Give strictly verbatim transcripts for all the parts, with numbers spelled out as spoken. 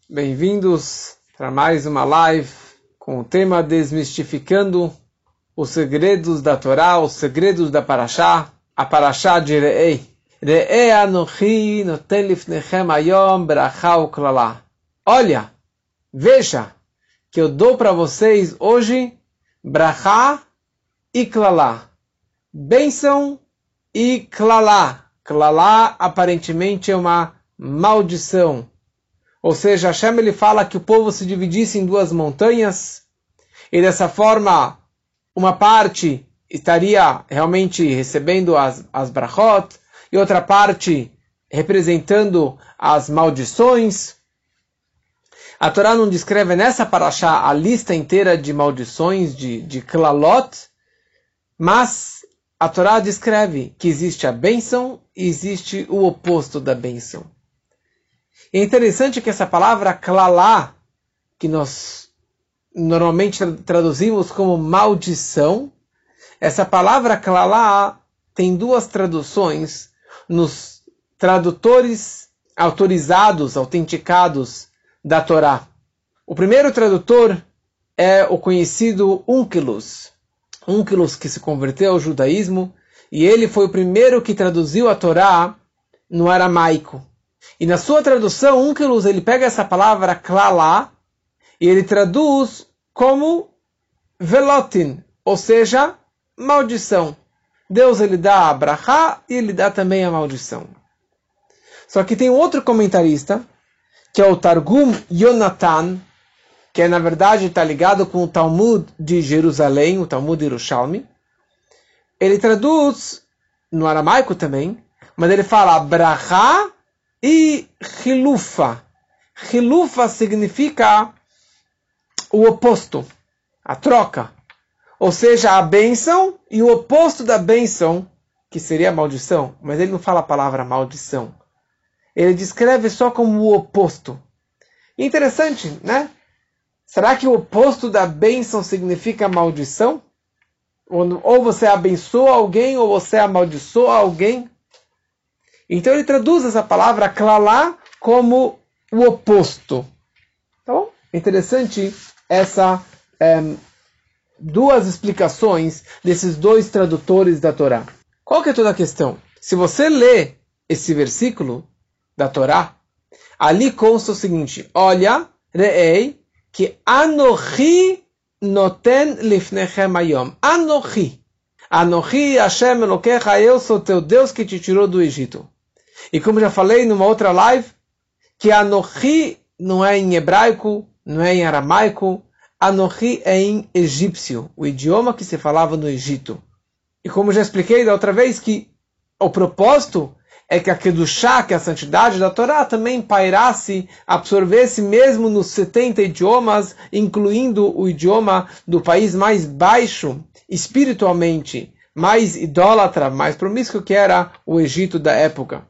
Bem-vindos para mais uma live com o tema Desmistificando os segredos da Torá, os segredos da Parashá, a Parashá de Re'ei. Re'ei anochi noten lifnechem hayom bracha uklala. Olha, veja, que eu dou para vocês hoje bracha e klalá. Bênção e klalá. Klalá aparentemente é uma maldição. Ou seja, Hashem ele fala que o povo se dividisse em duas montanhas e dessa forma uma parte estaria realmente recebendo as, as brachot e outra parte representando as maldições. A Torá não descreve nessa parashá a lista inteira de maldições, de, de klalot, mas a Torá descreve que existe a bênção e existe o oposto da bênção. É interessante que essa palavra klalá, que nós normalmente traduzimos como maldição, essa palavra klalá tem duas traduções nos tradutores autorizados, autenticados da Torá. O primeiro tradutor é o conhecido Onkelos. Onkelos que se converteu ao judaísmo, e ele foi o primeiro que traduziu a Torá no aramaico. E na sua tradução, Onkelos, ele pega essa palavra klalá e ele traduz como velotin, ou seja, maldição. Deus ele dá a brachá e ele dá também a maldição. Só que tem um outro comentarista, que é o Targum Yonatan, que é, na verdade está ligado com o Talmud de Jerusalém, o Talmud Yerushalmi. Ele traduz no aramaico também, mas ele fala brachá e chilufa. Chilufa significa o oposto, a troca. Ou seja, a bênção e o oposto da bênção, que seria a maldição. Mas ele não fala a palavra maldição. Ele descreve só como o oposto. Interessante, né? Será que o oposto da bênção significa maldição? Ou você abençoa alguém, ou você amaldiçoa alguém? Então ele traduz essa palavra klalá como o oposto. Tá bom? Interessante essa é, duas explicações desses dois tradutores da Torá. Qual que é toda a questão? Se você lê esse versículo da Torá, ali consta o seguinte: olha, re'ei, que anochi noten lifnechem hayom. Anochi. Anochi Hashem Elokecha, eu sou teu Deus que te tirou do Egito. E como já falei numa outra live, que Anochi não é em hebraico, não é em aramaico, Anochi é em egípcio, o idioma que se falava no Egito. E como já expliquei da outra vez, que o propósito é que a Kedushá, que é a santidade da Torá, também pairasse, absorvesse mesmo nos setenta idiomas, incluindo o idioma do país mais baixo, espiritualmente, mais idólatra, mais promíscuo, que era o Egito da época.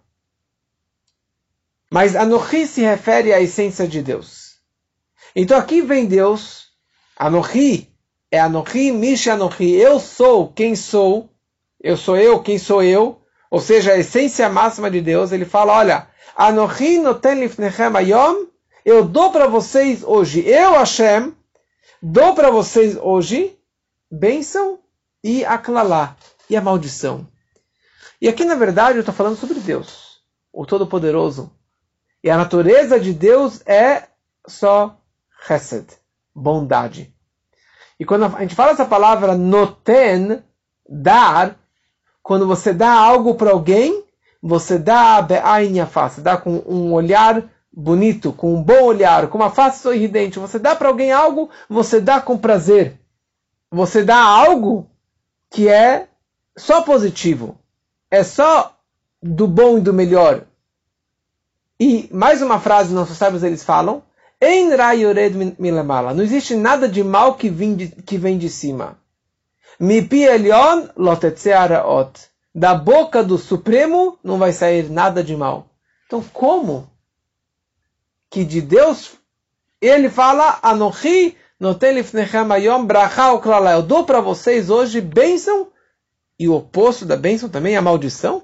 Mas Anochi se refere à essência de Deus. Então aqui vem Deus, Anochi, é Anochi, Misha Anochi, eu sou quem sou, eu sou eu, quem sou eu, ou seja, a essência máxima de Deus. Ele fala, olha, Anochi noten lifnechem hayom, eu dou para vocês hoje, eu Hashem, dou para vocês hoje, bênção e a klalá, e a maldição. E aqui na verdade eu estou falando sobre Deus, o Todo-Poderoso. E a natureza de Deus é só chesed, bondade. E quando a gente fala essa palavra noten, dar, quando você dá algo para alguém, você dá be'ain yafá, você dá com um olhar bonito, com um bom olhar, com uma face sorridente. Você dá para alguém algo, você dá com prazer. Você dá algo que é só positivo. É só do bom e do melhor. E mais uma frase, nossos sábios eles falam, Ein ra yored milamala. Não existe nada de mal que vem de, que vem de cima. Mi pi elyon lo tetzeh haraot. Da boca do Supremo não vai sair nada de mal. Então como que de Deus ele fala Anochi noten lifnechem hayom bracha uklala. Eu dou para vocês hoje bênção e o oposto da bênção também é a maldição?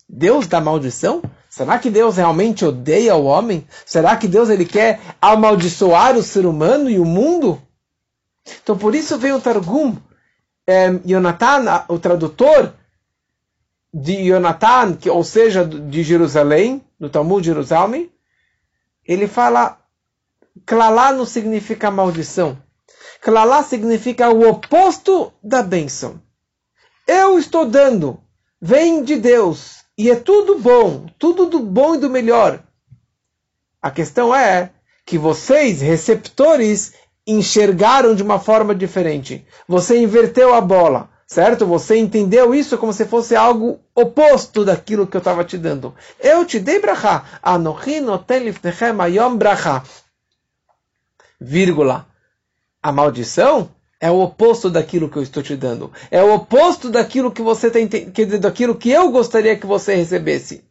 Deus dá maldição? Será que Deus realmente odeia o homem? Será que Deus ele quer amaldiçoar o ser humano e o mundo? Então por isso veio o Targum, é, Yonatan, o tradutor de Yonatan, que, ou seja, de Jerusalém, do Talmud de Jerusalém, ele fala, Klalá não significa maldição. Klalá significa o oposto da bênção. Eu estou dando, vem de Deus, e é tudo bom, tudo do bom e do melhor. A questão é que vocês, receptores, enxergaram de uma forma diferente. Você inverteu a bola, certo? Você entendeu isso como se fosse algo oposto daquilo que eu estava te dando. Eu te dei brachá. Anochi noten lifnechem hayom brachá. Vírgula. A maldição é o oposto daquilo que eu estou te dando. É o oposto daquilo que você tem, daquilo que eu gostaria que você recebesse.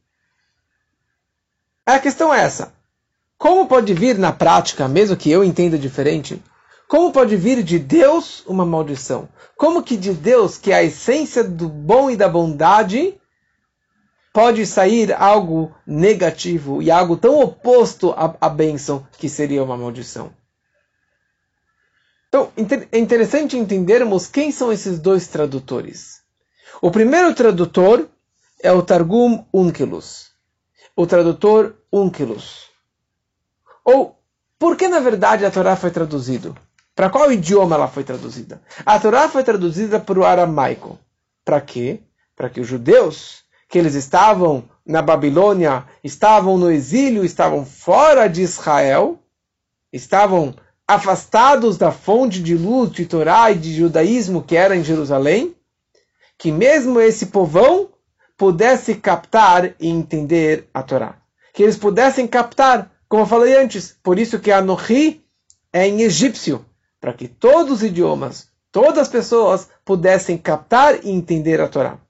A questão é essa. Como pode vir na prática, mesmo que eu entenda diferente, como pode vir de Deus uma maldição? Como que de Deus, que é a essência do bom e da bondade, pode sair algo negativo e algo tão oposto à, à bênção que seria uma maldição? Então, é interessante entendermos quem são esses dois tradutores. O primeiro tradutor é o Targum Onkelos. O tradutor Onkelos. Ou, por que na verdade a Torá foi traduzida? Para qual idioma ela foi traduzida? A Torá foi traduzida para o aramaico. Para quê? Para que os judeus, que eles estavam na Babilônia, estavam no exílio, estavam fora de Israel, estavam afastados da fonte de luz de Torá e de judaísmo que era em Jerusalém, que mesmo esse povão pudesse captar e entender a Torá. Que eles pudessem captar, como eu falei antes, por isso que Anochi é em egípcio, para que todos os idiomas, todas as pessoas pudessem captar e entender a Torá.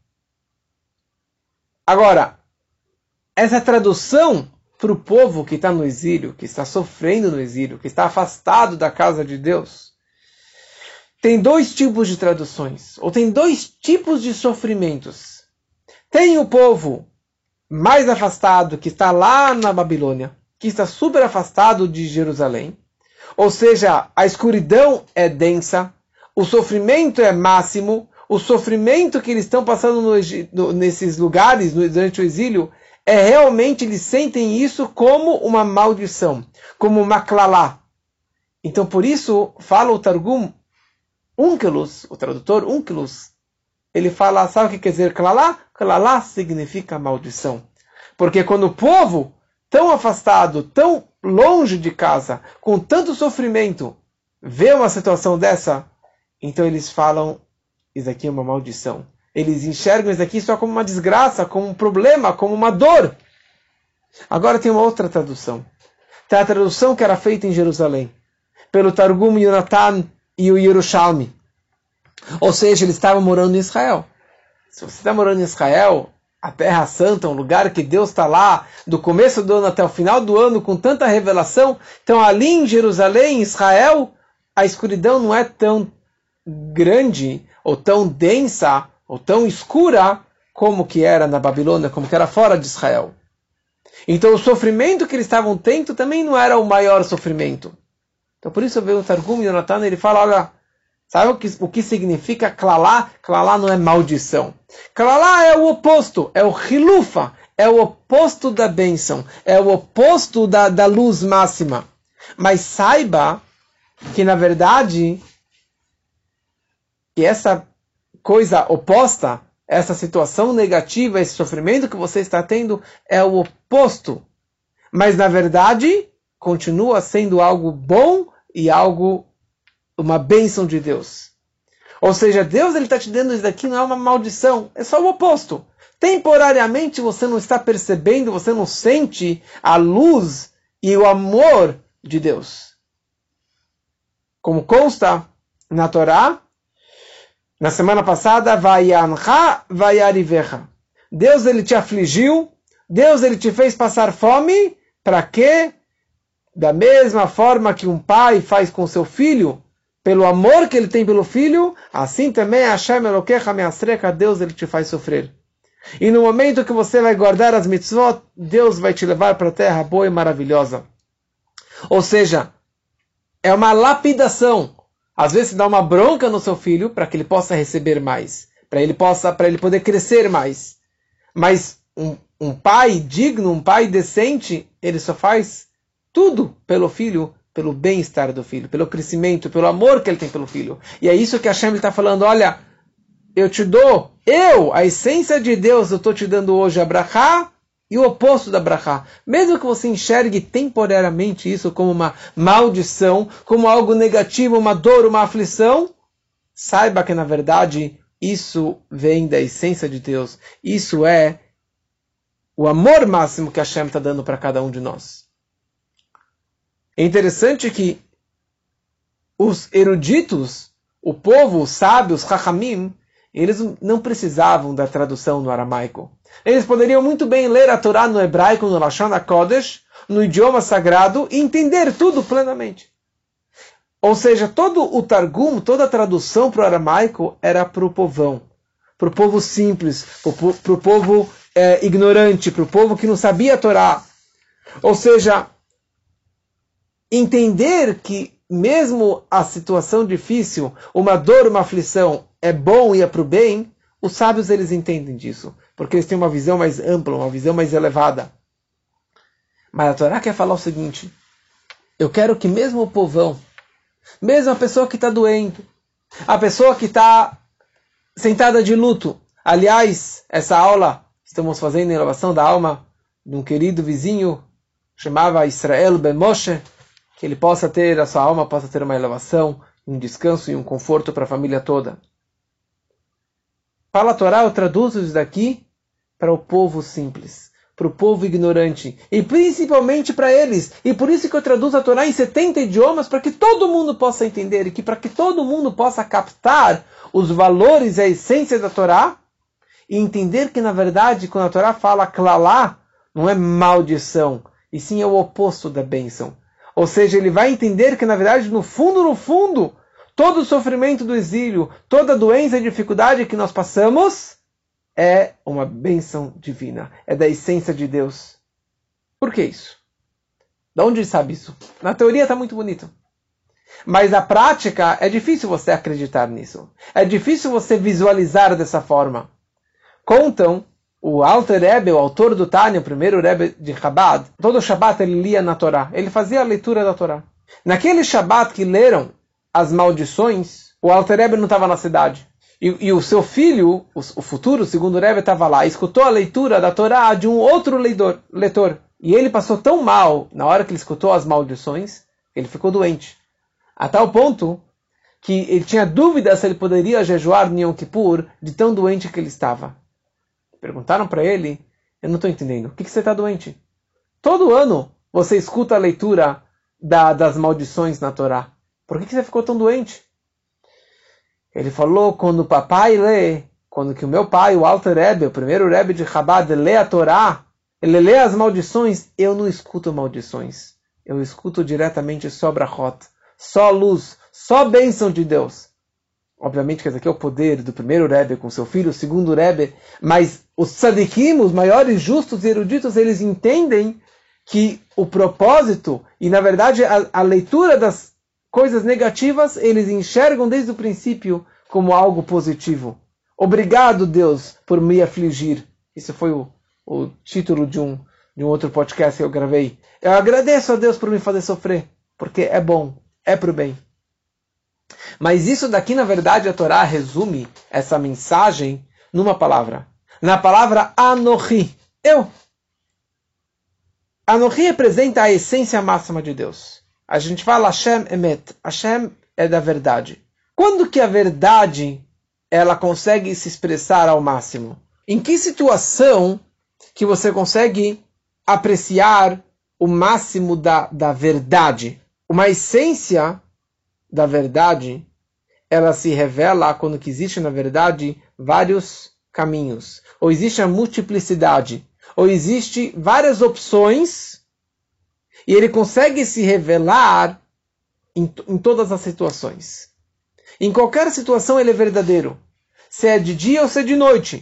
Agora, essa tradução para o povo que está no exílio, que está sofrendo no exílio, que está afastado da casa de Deus, tem dois tipos de traduções, ou tem dois tipos de sofrimentos. Tem o povo mais afastado, que está lá na Babilônia, que está super afastado de Jerusalém, ou seja, a escuridão é densa, o sofrimento é máximo, o sofrimento que eles estão passando no, no, nesses lugares no, durante o exílio, é realmente, eles sentem isso como uma maldição, como uma klalá. Então, por isso, fala o Targum Onkelos, o tradutor Onkelos, ele fala, sabe o que quer dizer klalá? Klalá significa maldição. Porque quando o povo, tão afastado, tão longe de casa, com tanto sofrimento, vê uma situação dessa, então eles falam, isso aqui é uma maldição. Eles enxergam isso aqui só como uma desgraça, como um problema, como uma dor. Agora tem uma outra tradução. Tem a tradução que era feita em Jerusalém, pelo Targum Yonatan e o Yerushalmi. Ou seja, eles estavam morando em Israel. Se você está morando em Israel, a Terra Santa, um lugar que Deus está lá, do começo do ano até o final do ano, com tanta revelação, então ali em Jerusalém, em Israel, a escuridão não é tão grande, ou tão densa, ou tão escura, como que era na Babilônia, como que era fora de Israel. Então o sofrimento que eles estavam tendo também não era o maior sofrimento. Então por isso veio o Targum Yonatan, ele fala, olha, sabe o que, o que significa klalá? Klalá não é maldição. Klalá é o oposto, é o hilufa, é o oposto da bênção, é o oposto da, da luz máxima. Mas saiba que na verdade, que essa coisa oposta, essa situação negativa, esse sofrimento que você está tendo, é o oposto. Mas, na verdade, continua sendo algo bom e algo, uma bênção de Deus. Ou seja, Deus está te dando isso daqui, não é uma maldição, é só o oposto. Temporariamente você não está percebendo, você não sente a luz e o amor de Deus. Como consta na Torá, na semana passada, Vayancha vayarivecha. Deus ele te afligiu, Deus ele te fez passar fome, para quê? Da mesma forma que um pai faz com seu filho, pelo amor que ele tem pelo filho, assim também Hashem Elokecha me'asrecha, Deus ele te faz sofrer. E no momento que você vai guardar as mitzvot, Deus vai te levar para a terra boa e maravilhosa. Ou seja, é uma lapidação. Às vezes você dá uma bronca no seu filho para que ele possa receber mais, para ele possa, para ele poder crescer mais. Mas um, um pai digno, um pai decente, ele só faz tudo pelo filho, pelo bem-estar do filho, pelo crescimento, pelo amor que ele tem pelo filho. E é isso que Hashem está falando, olha, eu te dou, eu, a essência de Deus, eu estou te dando hoje a brachá e o oposto da brachá. Mesmo que você enxergue temporariamente isso como uma maldição, como algo negativo, uma dor, uma aflição, saiba que na verdade isso vem da essência de Deus. Isso é o amor máximo que Hashem está dando para cada um de nós. É interessante que os eruditos, o povo, os sábios, Chachamim, eles não precisavam da tradução no aramaico. Eles poderiam muito bem ler a Torá no hebraico, no Lashon HaKodesh, no idioma sagrado, e entender tudo plenamente. Ou seja, todo o Targum, toda a tradução para o aramaico era para o povão, para o povo simples, para o povo é, ignorante, para o povo que não sabia a Torá. Ou seja, entender que mesmo a situação difícil, uma dor, uma aflição, é bom e é para o bem, os sábios eles entendem disso, porque eles têm uma visão mais ampla, uma visão mais elevada. Mas a Torá quer falar o seguinte, eu quero que mesmo o povão, mesmo a pessoa que está doente, a pessoa que está sentada de luto, aliás, essa aula estamos fazendo em elevação da alma de um querido vizinho, chamava Israel Ben Moshe, que ele possa ter, a sua alma possa ter uma elevação, um descanso e um conforto para a família toda. Fala a Torá, eu traduzo isso daqui para o povo simples, para o povo ignorante, e principalmente para eles. E por isso que eu traduzo a Torá em setenta idiomas, para que todo mundo possa entender, e que para que todo mundo possa captar os valores e a essência da Torá, e entender que, na verdade, quando a Torá fala klalá, não é maldição, e sim é o oposto da bênção. Ou seja, ele vai entender que, na verdade, no fundo, no fundo, todo o sofrimento do exílio, toda a doença e dificuldade que nós passamos é uma bênção divina. É da essência de Deus. Por que isso? De onde ele sabe isso? Na teoria está muito bonito. Mas na prática é difícil você acreditar nisso. É difícil você visualizar dessa forma. Contam, o Alter Rebbe, o autor do Tânia, o primeiro Rebbe de Chabad, todo Shabbat ele lia na Torá. Ele fazia a leitura da Torá. Naquele Shabbat que leram as maldições, o Alter Rebbe não estava na cidade. E, e o seu filho, o, o futuro segundo Rebbe, estava lá. Escutou a leitura da Torá de um outro leitor, leitor. E ele passou tão mal na hora que ele escutou as maldições, que ele ficou doente. A tal ponto que ele tinha dúvida se ele poderia jejuar no Yom Kippur de tão doente que ele estava. Perguntaram para ele, eu não estou entendendo, o que, que você está doente? Todo ano você escuta a leitura da, das maldições na Torá. Por que, que você ficou tão doente? Ele falou, quando o papai lê, quando que o meu pai, o Alter Rebbe, o primeiro Rebbe de Chabad, lê a Torá, ele lê as maldições, eu não escuto maldições. Eu escuto diretamente só brachot, só luz, só bênção de Deus. Obviamente que esse aqui é o poder do primeiro Rebbe com seu filho, o segundo Rebbe, mas os tzadikim, os maiores justos e eruditos, eles entendem que o propósito, e na verdade a, a leitura das coisas negativas, eles enxergam desde o princípio como algo positivo. Obrigado, Deus, por me afligir. Isso foi o, o título de um, de um outro podcast que eu gravei. Eu agradeço a Deus por me fazer sofrer, porque é bom, é pro bem. Mas isso daqui, na verdade, a Torá resume essa mensagem numa palavra. Na palavra Anochi, eu. Anochi representa a essência máxima de Deus. A gente fala Hashem Emet. Hashem é da verdade. Quando que a verdade ela consegue se expressar ao máximo? Em que situação que você consegue apreciar o máximo da, da verdade? Uma essência da verdade, ela se revela quando que existe, na verdade, vários caminhos. Ou existe a multiplicidade. Ou existe várias opções. E ele consegue se revelar em, em todas as situações. Em qualquer situação ele é verdadeiro. Se é de dia ou se é de noite.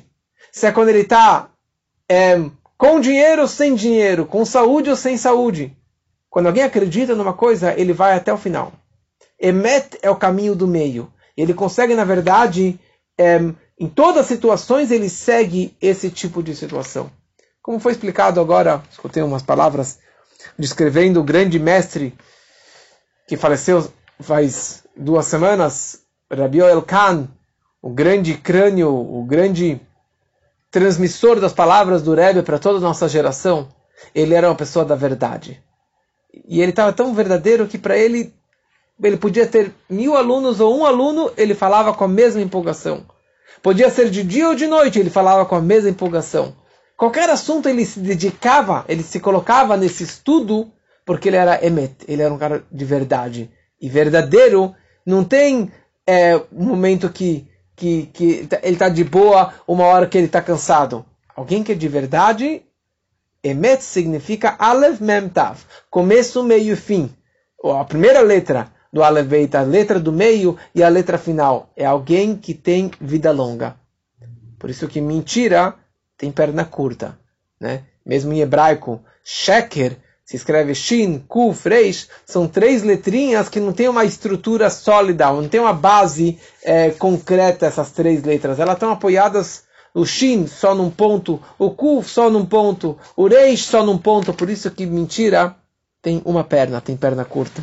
se é quando ele está é, com dinheiro ou sem dinheiro, com saúde ou sem saúde. Quando alguém acredita numa coisa, ele vai até o final. Emet é o caminho do meio. Ele consegue, na verdade, é, em todas as situações, ele segue esse tipo de situação. Como foi explicado agora, escutei umas palavras descrevendo o grande mestre que faleceu faz duas semanas, Rabbi Yoel Kahn, o grande crânio, o grande transmissor das palavras do Rebbe para toda a nossa geração. Ele era uma pessoa da verdade. E ele estava tão verdadeiro que para ele, ele podia ter mil alunos ou um aluno, ele falava com a mesma empolgação. Podia ser de dia ou de noite, ele falava com a mesma empolgação. Qualquer assunto ele se dedicava, ele se colocava nesse estudo, porque ele era emet, ele era um cara de verdade. E verdadeiro não tem é, um momento que, que, que ele está de boa, uma hora que ele está cansado. Alguém que é de verdade, emet significa Aleph Mem Tav, começo, meio e fim. A primeira letra do Aleph Beit, a letra do meio e a letra final. É alguém que tem vida longa. Por isso que mentira tem perna curta, né? Mesmo em hebraico, sheker se escreve shin, kuf, reish, são três letrinhas que não tem uma estrutura sólida, não tem uma base é, concreta essas três letras. Elas estão apoiadas, o shin só num ponto, o kuf só num ponto, o reish só num ponto. Por isso que mentira tem uma perna, tem perna curta.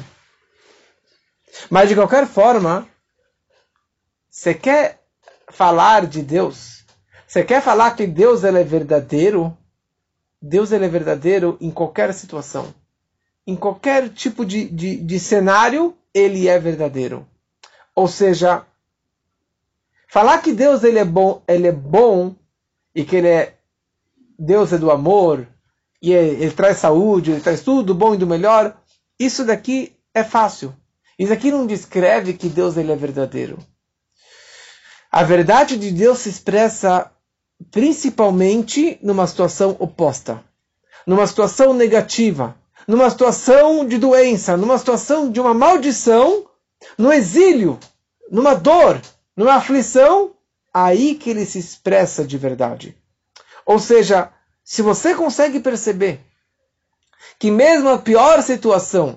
Mas de qualquer forma, você quer falar de Deus? Você quer falar que Deus ele é verdadeiro? Deus ele é verdadeiro em qualquer situação. Em qualquer tipo de, de, de cenário, ele é verdadeiro. Ou seja, falar que Deus ele é bom, ele é bom e que ele é Deus é do amor, e ele, ele traz saúde, ele traz tudo do bom e do melhor, isso daqui é fácil. Isso aqui não descreve que Deus ele é verdadeiro. A verdade de Deus se expressa principalmente numa situação oposta, numa situação negativa, numa situação de doença, numa situação de uma maldição, no exílio, numa dor, numa aflição, aí que ele se expressa de verdade. Ou seja, se você consegue perceber que mesmo a pior situação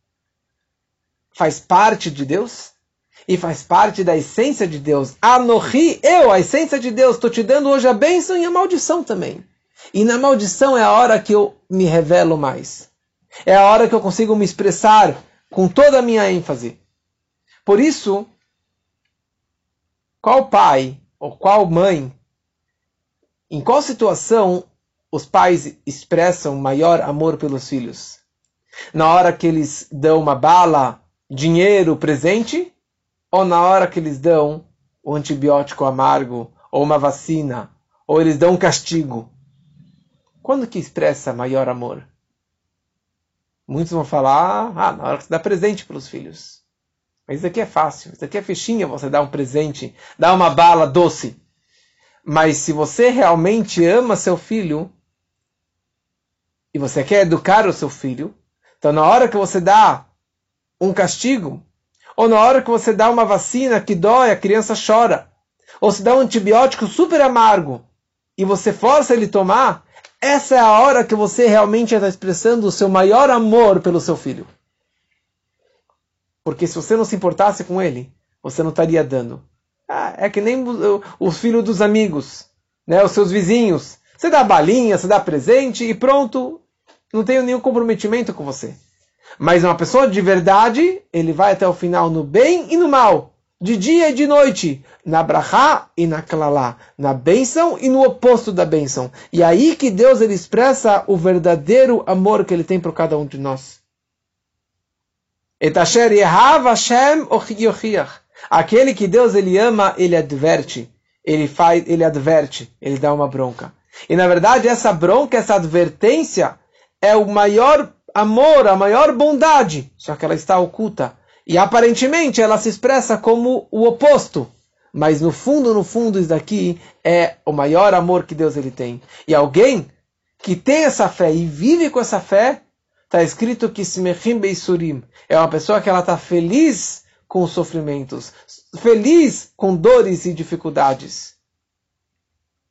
faz parte de Deus, e faz parte da essência de Deus. Anohi, eu, a essência de Deus, estou te dando hoje a bênção e a maldição também. E na maldição é a hora que eu me revelo mais. É a hora que eu consigo me expressar com toda a minha ênfase. Por isso, qual pai ou qual mãe, em qual situação os pais expressam maior amor pelos filhos? Na hora que eles dão uma bala, dinheiro, presente? Ou na hora que eles dão o antibiótico amargo, ou uma vacina, ou eles dão um castigo? Quando que expressa maior amor? Muitos vão falar, ah, na hora que você dá presente para os filhos. Mas isso aqui é fácil, isso aqui é fichinha, você dá um presente, dá uma bala doce. Mas se você realmente ama seu filho, e você quer educar o seu filho, então na hora que você dá um castigo, ou na hora que você dá uma vacina que dói, a criança chora. Ou se dá um antibiótico super amargo e você força ele a tomar, essa é a hora que você realmente está expressando o seu maior amor pelo seu filho. Porque se você não se importasse com ele, você não estaria dando. Ah, é que nem os filhos dos amigos, né, os seus vizinhos. Você dá balinha, você dá presente e pronto, não tenho nenhum comprometimento com você. Mas uma pessoa de verdade, ele vai até o final no bem e no mal, de dia e de noite, na brachá e na klalá, na bênção e no oposto da bênção. E aí que Deus ele expressa o verdadeiro amor que ele tem por cada um de nós. Et asher yehav Hashem yochiach. Aquele que Deus ele ama, ele adverte, ele faz, ele adverte, ele dá uma bronca. E na verdade essa bronca, essa advertência é o maior amor, a maior bondade, só que ela está oculta. E aparentemente ela se expressa como o oposto. Mas no fundo, no fundo, isso daqui é o maior amor que Deus ele tem. E alguém que tem essa fé e vive com essa fé, está escrito que Smechim Beisurim é uma pessoa que ela está feliz com os sofrimentos, feliz com dores e dificuldades.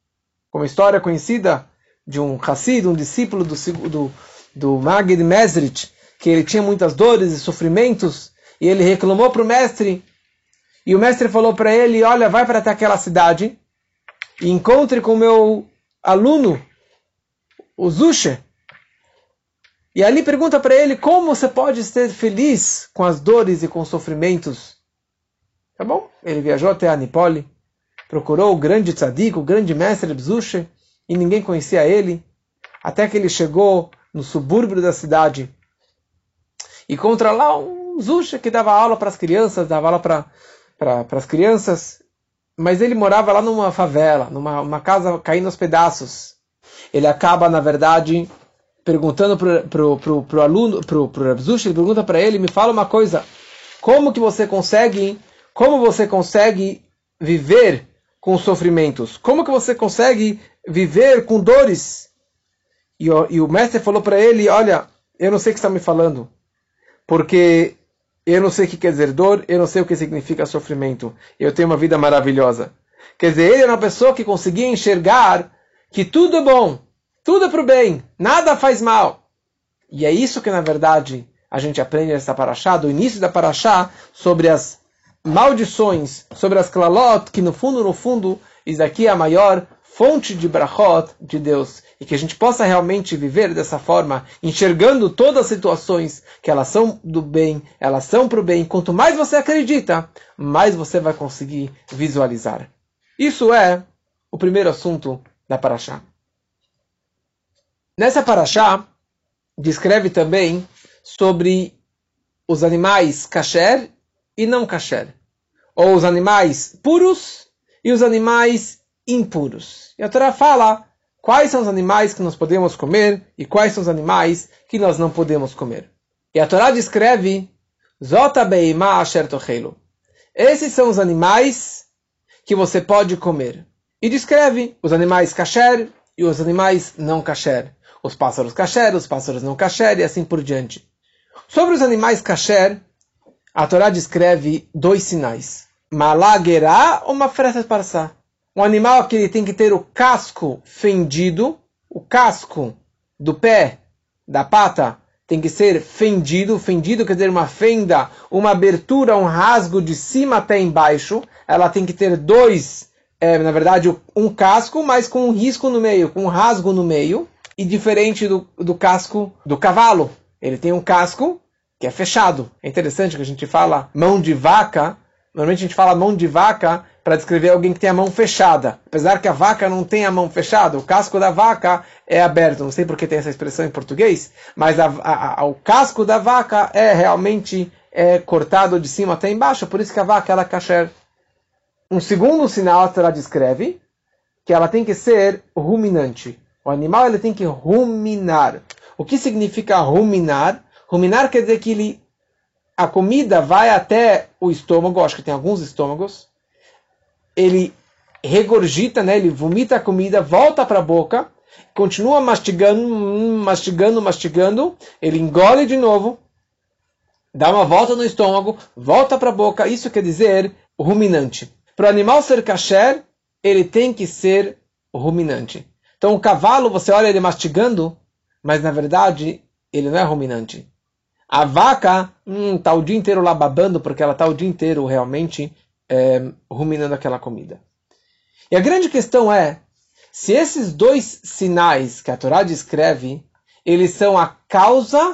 como a história conhecida de um Hassid, um discípulo do, do, do Magid Mezrich, que ele tinha muitas dores e sofrimentos, e ele reclamou para o mestre, e o mestre falou para ele, olha, vai para até aquela cidade, e encontre com o meu aluno, o Zushe, e ali pergunta para ele, como você pode ser feliz com as dores e com os sofrimentos? Tá bom? Ele viajou até a Nipoli, procurou o grande tzadik, o grande mestre Zushe, e ninguém conhecia ele, até que ele chegou no subúrbio da cidade, e encontra lá um Zushe que dava aula para as crianças, dava aula para para as crianças, mas ele morava lá numa favela, numa uma casa caindo aos pedaços. Ele acaba, na verdade, perguntando para pro, pro, pro aluno, para o Zushe, ele pergunta para ele, me fala uma coisa, como que você consegue, como você consegue viver com sofrimentos? Como que você consegue viver com dores? E o, e o mestre falou para ele, olha, eu não sei o que você está me falando, porque eu não sei o que quer dizer dor, eu não sei o que significa sofrimento. Eu tenho uma vida maravilhosa. Quer dizer, ele era uma pessoa que conseguia enxergar que tudo é bom, tudo é para o bem, nada faz mal. E é isso que, na verdade, a gente aprende nessa paraxá, do início da paraxá, sobre as maldições, sobre as klalot, que no fundo, no fundo, isso aqui é a maior fonte de brachot de Deus. E que a gente possa realmente viver dessa forma, enxergando todas as situações, que elas são do bem, elas são para o bem. Quanto mais você acredita, mais você vai conseguir visualizar. Isso é o primeiro assunto da paraxá. Nessa paraxá, descreve também sobre os animais kasher e não kasher. Ou os animais puros e os animais impuros. E a Torá fala quais são os animais que nós podemos comer e quais são os animais que nós não podemos comer. E a Torá descreve Zota beima asher tochelu. Esses são os animais que você pode comer. E descreve os animais kasher e os animais não kasher. Os pássaros kasher, os pássaros não kasher e assim por diante. Sobre os animais kasher, a Torá descreve dois sinais. Malagerá ou mafreset parsá. Um animal que ele tem que ter o casco fendido, o casco do pé, da pata, tem que ser fendido. Fendido quer dizer uma fenda, uma abertura, um rasgo de cima até embaixo. Ela tem que ter dois, é, na verdade, um casco, mas com um risco no meio, com um rasgo no meio. E diferente do, do casco do cavalo. Ele tem um casco que é fechado. É interessante que a gente fala mão de vaca. Normalmente a gente fala mão de vaca para descrever alguém que tem a mão fechada. Apesar que a vaca não tem a mão fechada, o casco da vaca é aberto. Não sei por que tem essa expressão em português, mas a, a, a, o casco da vaca é realmente é, cortado de cima até embaixo. Por isso que a vaca ela é kasher. Um segundo sinal, a Torá descreve que ela tem que ser ruminante. O animal ele tem que ruminar. O que significa ruminar? Ruminar quer dizer que ele, a comida vai até o estômago, acho que tem alguns estômagos, ele regurgita, né? Ele vomita a comida, volta para a boca, continua mastigando, mastigando, mastigando, ele engole de novo, dá uma volta no estômago, volta para a boca, isso quer dizer ruminante. Para o animal ser kasher, ele tem que ser ruminante. Então o cavalo, você olha ele mastigando, mas na verdade ele não é ruminante. A vaca está hum, o dia inteiro lá babando, porque ela está o dia inteiro realmente é, ruminando aquela comida. E a grande questão é, se esses dois sinais que a Torá descreve, eles são a causa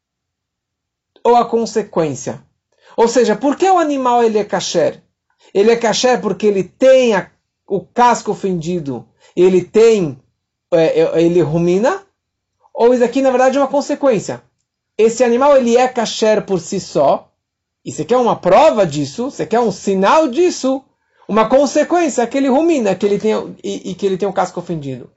ou a consequência? Ou seja, por que o animal ele é kasher? Ele é kasher porque ele tem a, o casco fendido, ele tem... ele rumina, ou isso aqui na verdade é uma consequência. Esse animal ele é kasher por si só, e você quer uma prova disso, você quer um sinal disso, uma consequência que ele rumina, que ele tem, e, e que ele tem um casco fendido.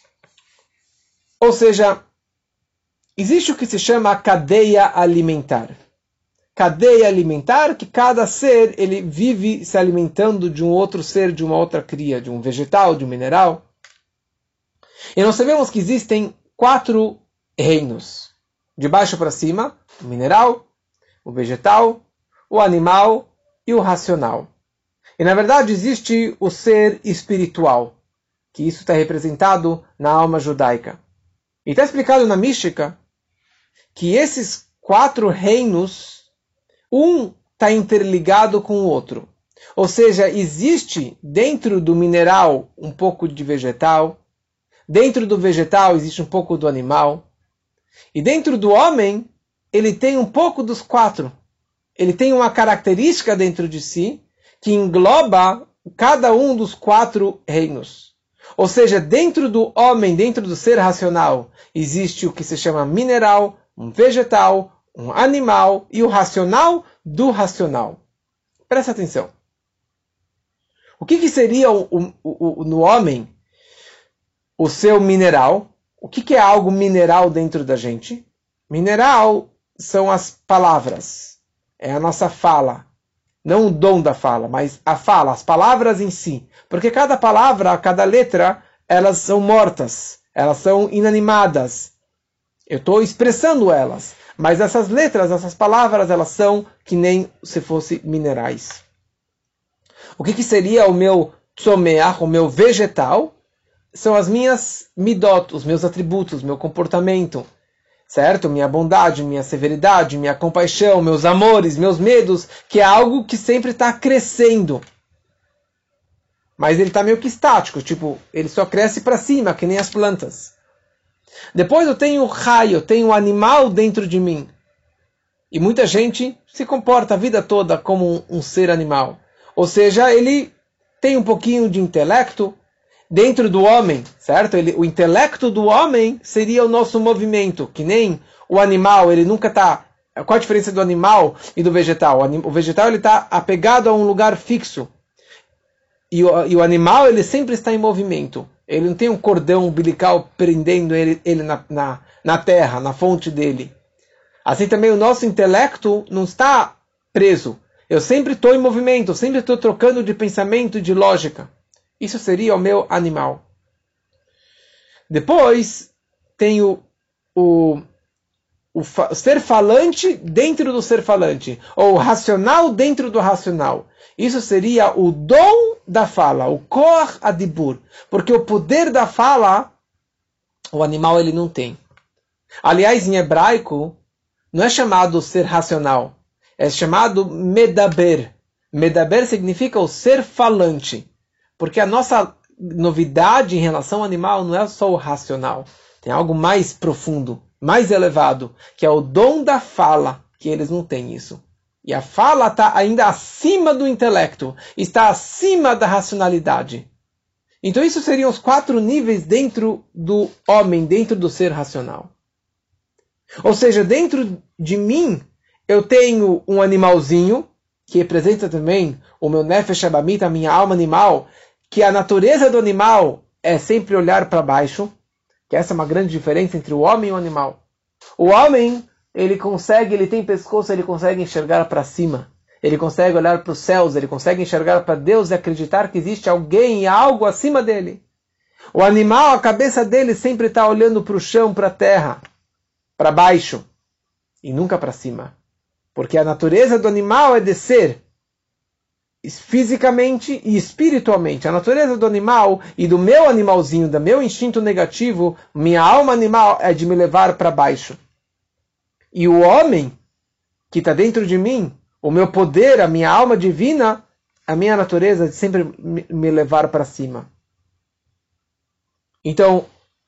Ou seja, existe o que se chama cadeia alimentar. Cadeia alimentar, que cada ser ele vive se alimentando de um outro ser, de uma outra cria, de um vegetal, de um mineral. E nós sabemos que existem quatro reinos. De baixo para cima, o mineral, o vegetal, o animal e o racional. E na verdade existe o ser espiritual. que isso está representado na alma judaica. E está explicado na mística que esses quatro reinos, um está interligado com o outro. Ou seja, existe dentro do mineral um pouco de vegetal, dentro do vegetal existe um pouco do animal, e dentro do homem ele tem um pouco dos quatro. Ele tem uma característica dentro de si que engloba cada um dos quatro reinos. Ou seja, dentro do homem, dentro do ser racional, existe o que se chama mineral, um vegetal, um animal e o racional do racional. Presta atenção. O que, que seria o, o, o, no homem o seu mineral? O que, que é algo mineral dentro da gente? Mineral são as palavras. É a nossa fala. Não o dom da fala, mas a fala, as palavras em si. Porque cada palavra, cada letra, elas são mortas. Elas são inanimadas. Eu estou expressando elas. Mas essas letras, essas palavras, elas são que nem se fossem minerais. O que, que seria o meu tzomeach, o meu vegetal? São as minhas midot, os meus atributos, meu comportamento. Certo? Minha bondade, minha severidade, minha compaixão, meus amores, meus medos, que é algo que sempre está crescendo. Mas ele está meio que estático, tipo, ele só cresce para cima, que nem as plantas. Depois eu tenho o raio, eu tenho o animal dentro de mim. E muita gente se comporta a vida toda como um, um ser animal. Ou seja, ele tem um pouquinho de intelecto dentro do homem, certo? Ele, o intelecto do homem seria o nosso movimento, que nem o animal, ele nunca está... Qual a diferença do animal e do vegetal? O vegetal ele está apegado a um lugar fixo. E o, e o animal ele sempre está em movimento. Ele não tem um cordão umbilical prendendo ele, ele na, na, na terra, na fonte dele. Assim também o nosso intelecto não está preso. Eu sempre estou em movimento, sempre estou trocando de pensamento e de lógica. Isso seria o meu animal. Depois, tem o, o, o, o ser falante dentro do ser falante. Ou o racional dentro do racional. Isso seria o dom da fala, o koach adibur. Porque o poder da fala, o animal ele não tem. Aliás, em hebraico, não é chamado ser racional. É chamado medaber. Medaber significa o ser falante. Porque a nossa novidade em relação ao animal não é só o racional. Tem algo mais profundo, mais elevado, que é o dom da fala, que eles não têm isso. E a fala está ainda acima do intelecto, está acima da racionalidade. Então isso seriam os quatro níveis dentro do homem, dentro do ser racional. Ou seja, dentro de mim, eu tenho um animalzinho, que representa também o meu nefesh abamit, a minha alma animal, que a natureza do animal é sempre olhar para baixo, que essa é uma grande diferença entre o homem e o animal. O homem, ele consegue, ele tem pescoço, ele consegue enxergar para cima, ele consegue olhar para os céus, ele consegue enxergar para Deus e acreditar que existe alguém e algo acima dele. O animal, a cabeça dele sempre está olhando para o chão, para a terra, para baixo, e nunca para cima. Porque a natureza do animal é descer fisicamente e espiritualmente. A natureza do animal e do meu animalzinho, do meu instinto negativo, minha alma animal é de me levar para baixo. E o homem que está dentro de mim, o meu poder, a minha alma divina, a minha natureza é de sempre me levar para cima. Então,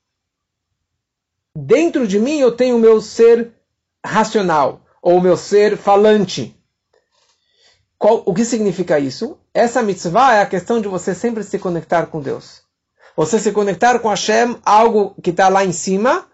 dentro de mim eu tenho o meu ser racional, ou o meu ser falante. Qual, o que significa isso? Essa mitzvah é a questão de você sempre se conectar com Deus. Você se conectar com Hashem, algo que está lá em cima,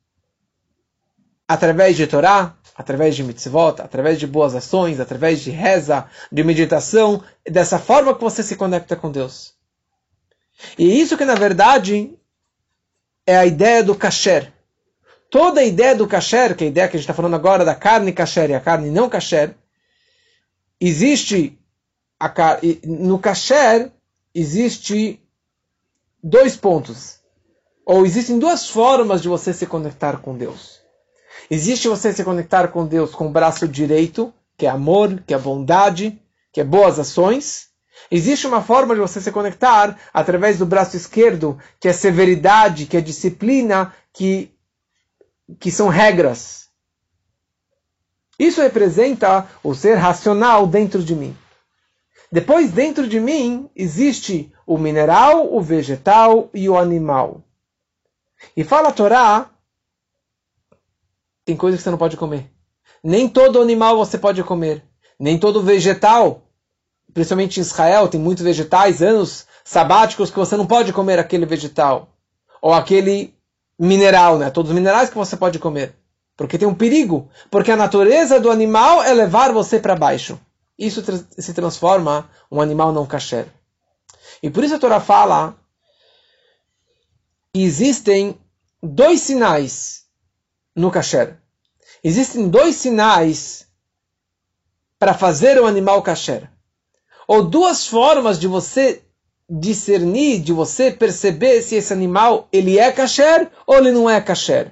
através de Torá, através de mitzvot, através de boas ações, através de reza, de meditação, dessa forma que você se conecta com Deus. E isso que na verdade é a ideia do kasher. Toda a ideia do kasher, que é a ideia que a gente está falando agora da carne kasher e a carne não kasher, existe a car... no kasher existe dois pontos, ou existem duas formas de você se conectar com Deus. Existe você se conectar com Deus com o braço direito, que é amor, que é bondade, que é boas ações, Existe uma forma de você se conectar através do braço esquerdo, que é severidade, que é disciplina, que, que são regras. Isso representa o ser racional dentro de mim. Depois, dentro de mim, existe o mineral, o vegetal e o animal. E fala a Torá, tem coisas que você não pode comer. Nem todo animal você pode comer. Nem todo vegetal. Principalmente em Israel, tem muitos vegetais, anos sabáticos que você não pode comer aquele vegetal. Ou aquele mineral, né? Todos os minerais que você pode comer. Porque tem um perigo. Porque a natureza do animal é levar você para baixo. Isso se transforma um animal não kasher. E por isso a Torá fala que existem dois sinais no kasher. Existem dois sinais para fazer o animal kasher. Ou duas formas de você discernir, de você perceber se esse animal ele é kasher ou ele não é kasher.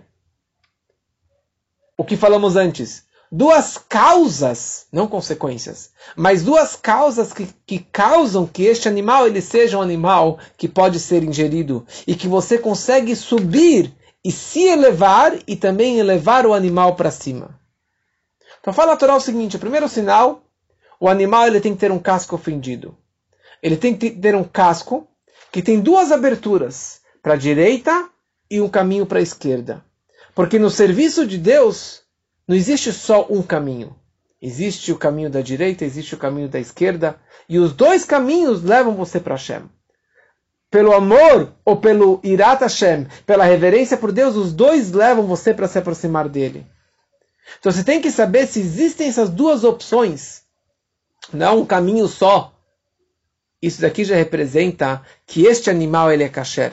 O que falamos antes. Duas causas, não consequências, mas duas causas que, que causam que este animal ele seja um animal que pode ser ingerido e que você consegue subir e se elevar e também elevar o animal para cima. Então fala a Torá o seguinte, o primeiro sinal, o animal ele tem que ter um casco fendido. Ele tem que ter um casco que tem duas aberturas, para a direita e um caminho para a esquerda. Porque no serviço de Deus, não existe só um caminho. Existe o caminho da direita, existe o caminho da esquerda. E os dois caminhos levam você para Hashem. Pelo amor ou pelo Irat Hashem, pela reverência por Deus, os dois levam você para se aproximar dele. Então você tem que saber se existem essas duas opções. Não um caminho só. Isso daqui já representa que este animal ele é kasher.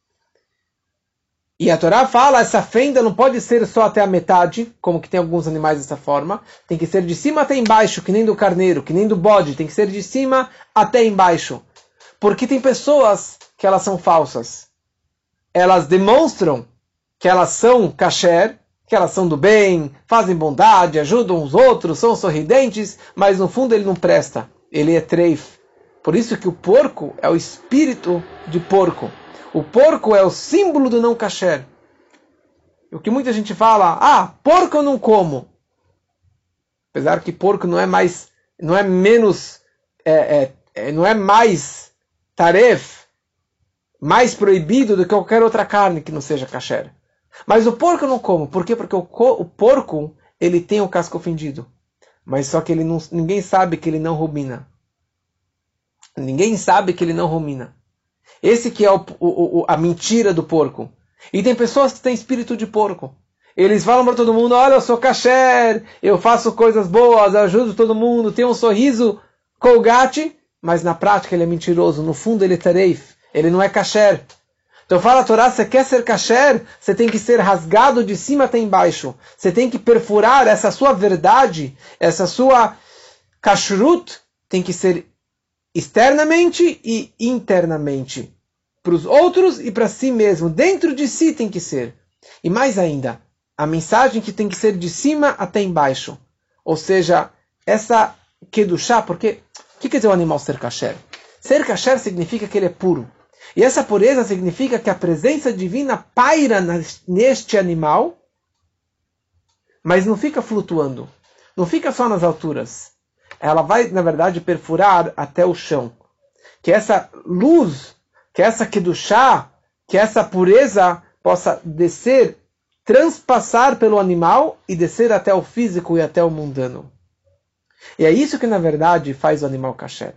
E a Torá fala, essa fenda não pode ser só até a metade, como que tem alguns animais dessa forma. Tem que ser de cima até embaixo, que nem do carneiro, que nem do bode. Tem que ser de cima até embaixo. Porque tem pessoas que elas são falsas. Elas demonstram que elas são kasher, que elas são do bem, fazem bondade, ajudam os outros, são sorridentes, mas no fundo ele não presta. Ele é treif. Por isso que o porco é o espírito de porco. O porco é o símbolo do não kasher. O que muita gente fala, ah, porco eu não como. Apesar que porco não é mais, não é menos, é, é, não é mais taref, mais proibido do que qualquer outra carne que não seja kasher. Mas o porco eu não como. Por quê? Porque o, o porco, ele tem o casco fendido. Mas só que ele não, ninguém sabe que ele não rumina. Ninguém sabe que ele não rumina. Esse que é o, o, a mentira do porco. E tem pessoas que têm espírito de porco. Eles falam para todo mundo, olha, eu sou kasher, eu faço coisas boas, eu ajudo todo mundo, tenho um sorriso colgate, mas na prática ele é mentiroso. No fundo ele é tareif, ele não é kasher. Então fala a Torá, você quer ser kasher, você tem que ser rasgado de cima até embaixo. Você tem que perfurar essa sua verdade, essa sua kashrut, tem que ser externamente e internamente. Para os outros e para si mesmo. Dentro de si tem que ser. E mais ainda, a mensagem que tem que ser de cima até embaixo. Ou seja, essa kedushá, porque o que quer dizer o animal ser kasher? Ser kasher significa que ele é puro. E essa pureza significa que a presença divina paira neste animal, mas não fica flutuando. Não fica só nas alturas. Ela vai, na verdade, perfurar até o chão. Que essa luz, que essa kedushá, que essa pureza possa descer, transpassar pelo animal e descer até o físico e até o mundano. E é isso que, na verdade, faz o animal kasher.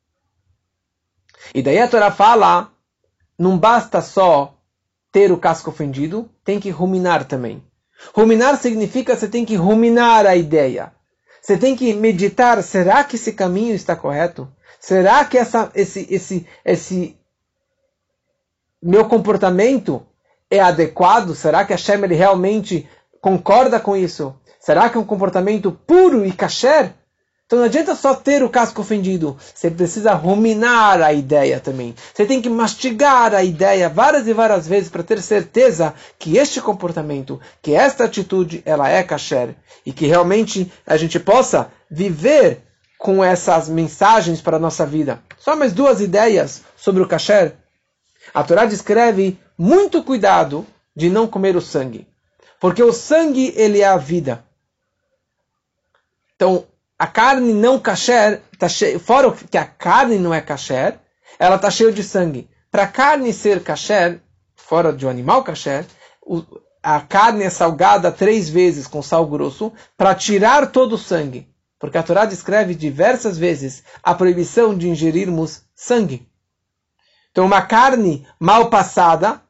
E daí a Torá fala, não basta só ter o casco fendido, tem que ruminar também. Ruminar significa que você tem que ruminar a ideia. Você tem que meditar, será que esse caminho está correto? Será que essa, esse, esse, esse meu comportamento é adequado? Será que Hashem ele realmente concorda com isso? Será que é um comportamento puro e kasher? Então não adianta só ter o casco fendido. Você precisa ruminar a ideia também. Você tem que mastigar a ideia várias e várias vezes para ter certeza que este comportamento, que esta atitude, ela é kasher. E que realmente a gente possa viver com essas mensagens para a nossa vida. Só mais duas ideias sobre o kasher. A Torá descreve muito cuidado de não comer o sangue. Porque o sangue, ele é a vida. Então, a carne não kasher, tá cheio, fora que a carne não é kasher, ela está cheia de sangue. Para a carne ser kasher, fora de um animal kasher, a carne é salgada três vezes com sal grosso para tirar todo o sangue. Porque a Torá descreve diversas vezes a proibição de ingerirmos sangue. Então, uma carne mal passada,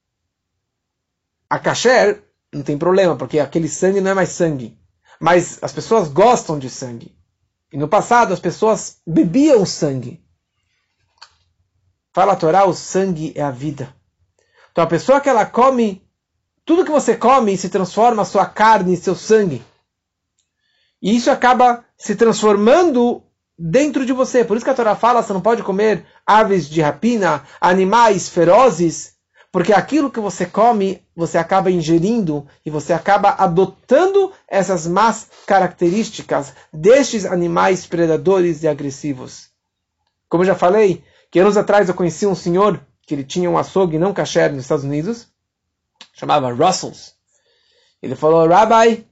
a kasher, não tem problema, porque aquele sangue não é mais sangue. Mas as pessoas gostam de sangue. E no passado, as pessoas bebiam sangue. Fala a Torá, o sangue é a vida. Então, a pessoa que ela come, tudo que você come se transforma a sua carne e seu sangue. E isso acaba se transformando dentro de você. Por isso que a Torá fala, você não pode comer aves de rapina, animais ferozes, porque aquilo que você come, você acaba ingerindo e você acaba adotando essas más características destes animais predadores e agressivos. Como eu já falei, que anos atrás eu conheci um senhor que ele tinha um açougue não kasher nos Estados Unidos, chamava Russells. Ele falou, Rabbi,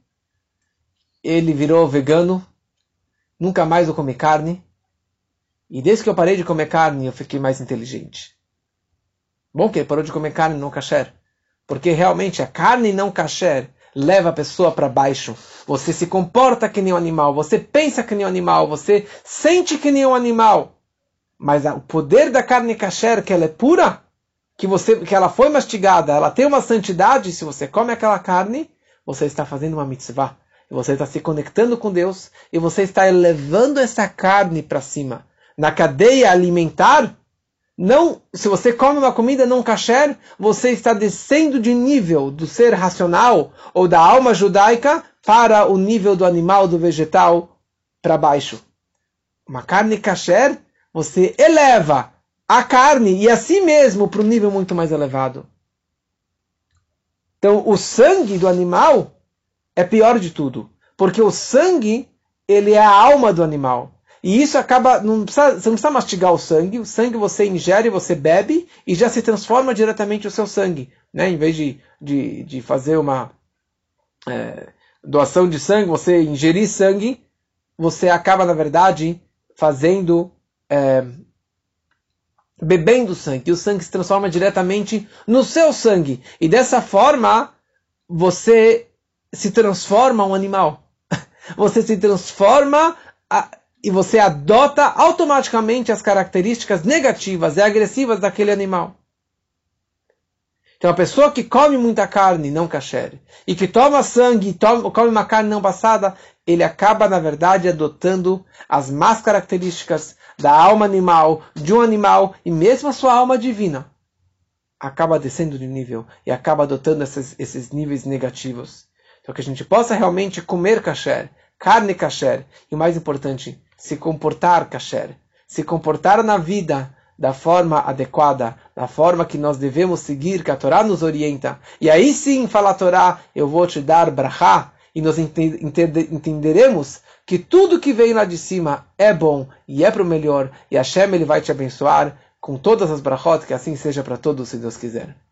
ele virou vegano, nunca mais eu comi carne, e desde que eu parei de comer carne, eu fiquei mais inteligente. Bom que ele parou de comer carne não kasher, porque realmente a carne não kasher leva a pessoa para baixo. Você se comporta que nem um animal, você pensa que nem um animal, você sente que nem um animal. Mas o poder da carne kasher, que ela é pura, que, você, que ela foi mastigada, ela tem uma santidade, se você come aquela carne, você está fazendo uma mitzvah. Você está se conectando com Deus e você está elevando essa carne para cima. Na cadeia alimentar, não, se você come uma comida não kasher, você está descendo de nível do ser racional ou da alma judaica para o nível do animal, do vegetal, para baixo. Uma carne kasher, você eleva a carne e a si mesmo para um nível muito mais elevado. Então, o sangue do animal é pior de tudo, porque o sangue, ele é a alma do animal. E isso acaba, não precisa, você não precisa mastigar o sangue, o sangue você ingere, você bebe, e já se transforma diretamente o seu sangue. Né? Em vez de, de, de fazer uma é, doação de sangue, você ingerir sangue, você acaba, na verdade, fazendo, é, bebendo sangue, e o sangue se transforma diretamente no seu sangue. E dessa forma, você se transforma um animal. Você se transforma a, e você adota automaticamente as características negativas e agressivas daquele animal. Então a pessoa que come muita carne não kasher e que toma sangue, toma, come uma carne não passada, ele acaba na verdade adotando as más características da alma animal, de um animal e mesmo a sua alma divina. Acaba descendo de nível e acaba adotando esses, esses níveis negativos. Então que a gente possa realmente comer kasher, carne kasher, e o mais importante, se comportar kasher, se comportar na vida da forma adequada, da forma que nós devemos seguir, que a Torá nos orienta. E aí sim, fala a Torá, eu vou te dar brachá, e nós entenderemos que tudo que vem lá de cima é bom e é para o melhor, e Hashem ele vai te abençoar com todas as brachot, que assim seja para todos, se Deus quiser.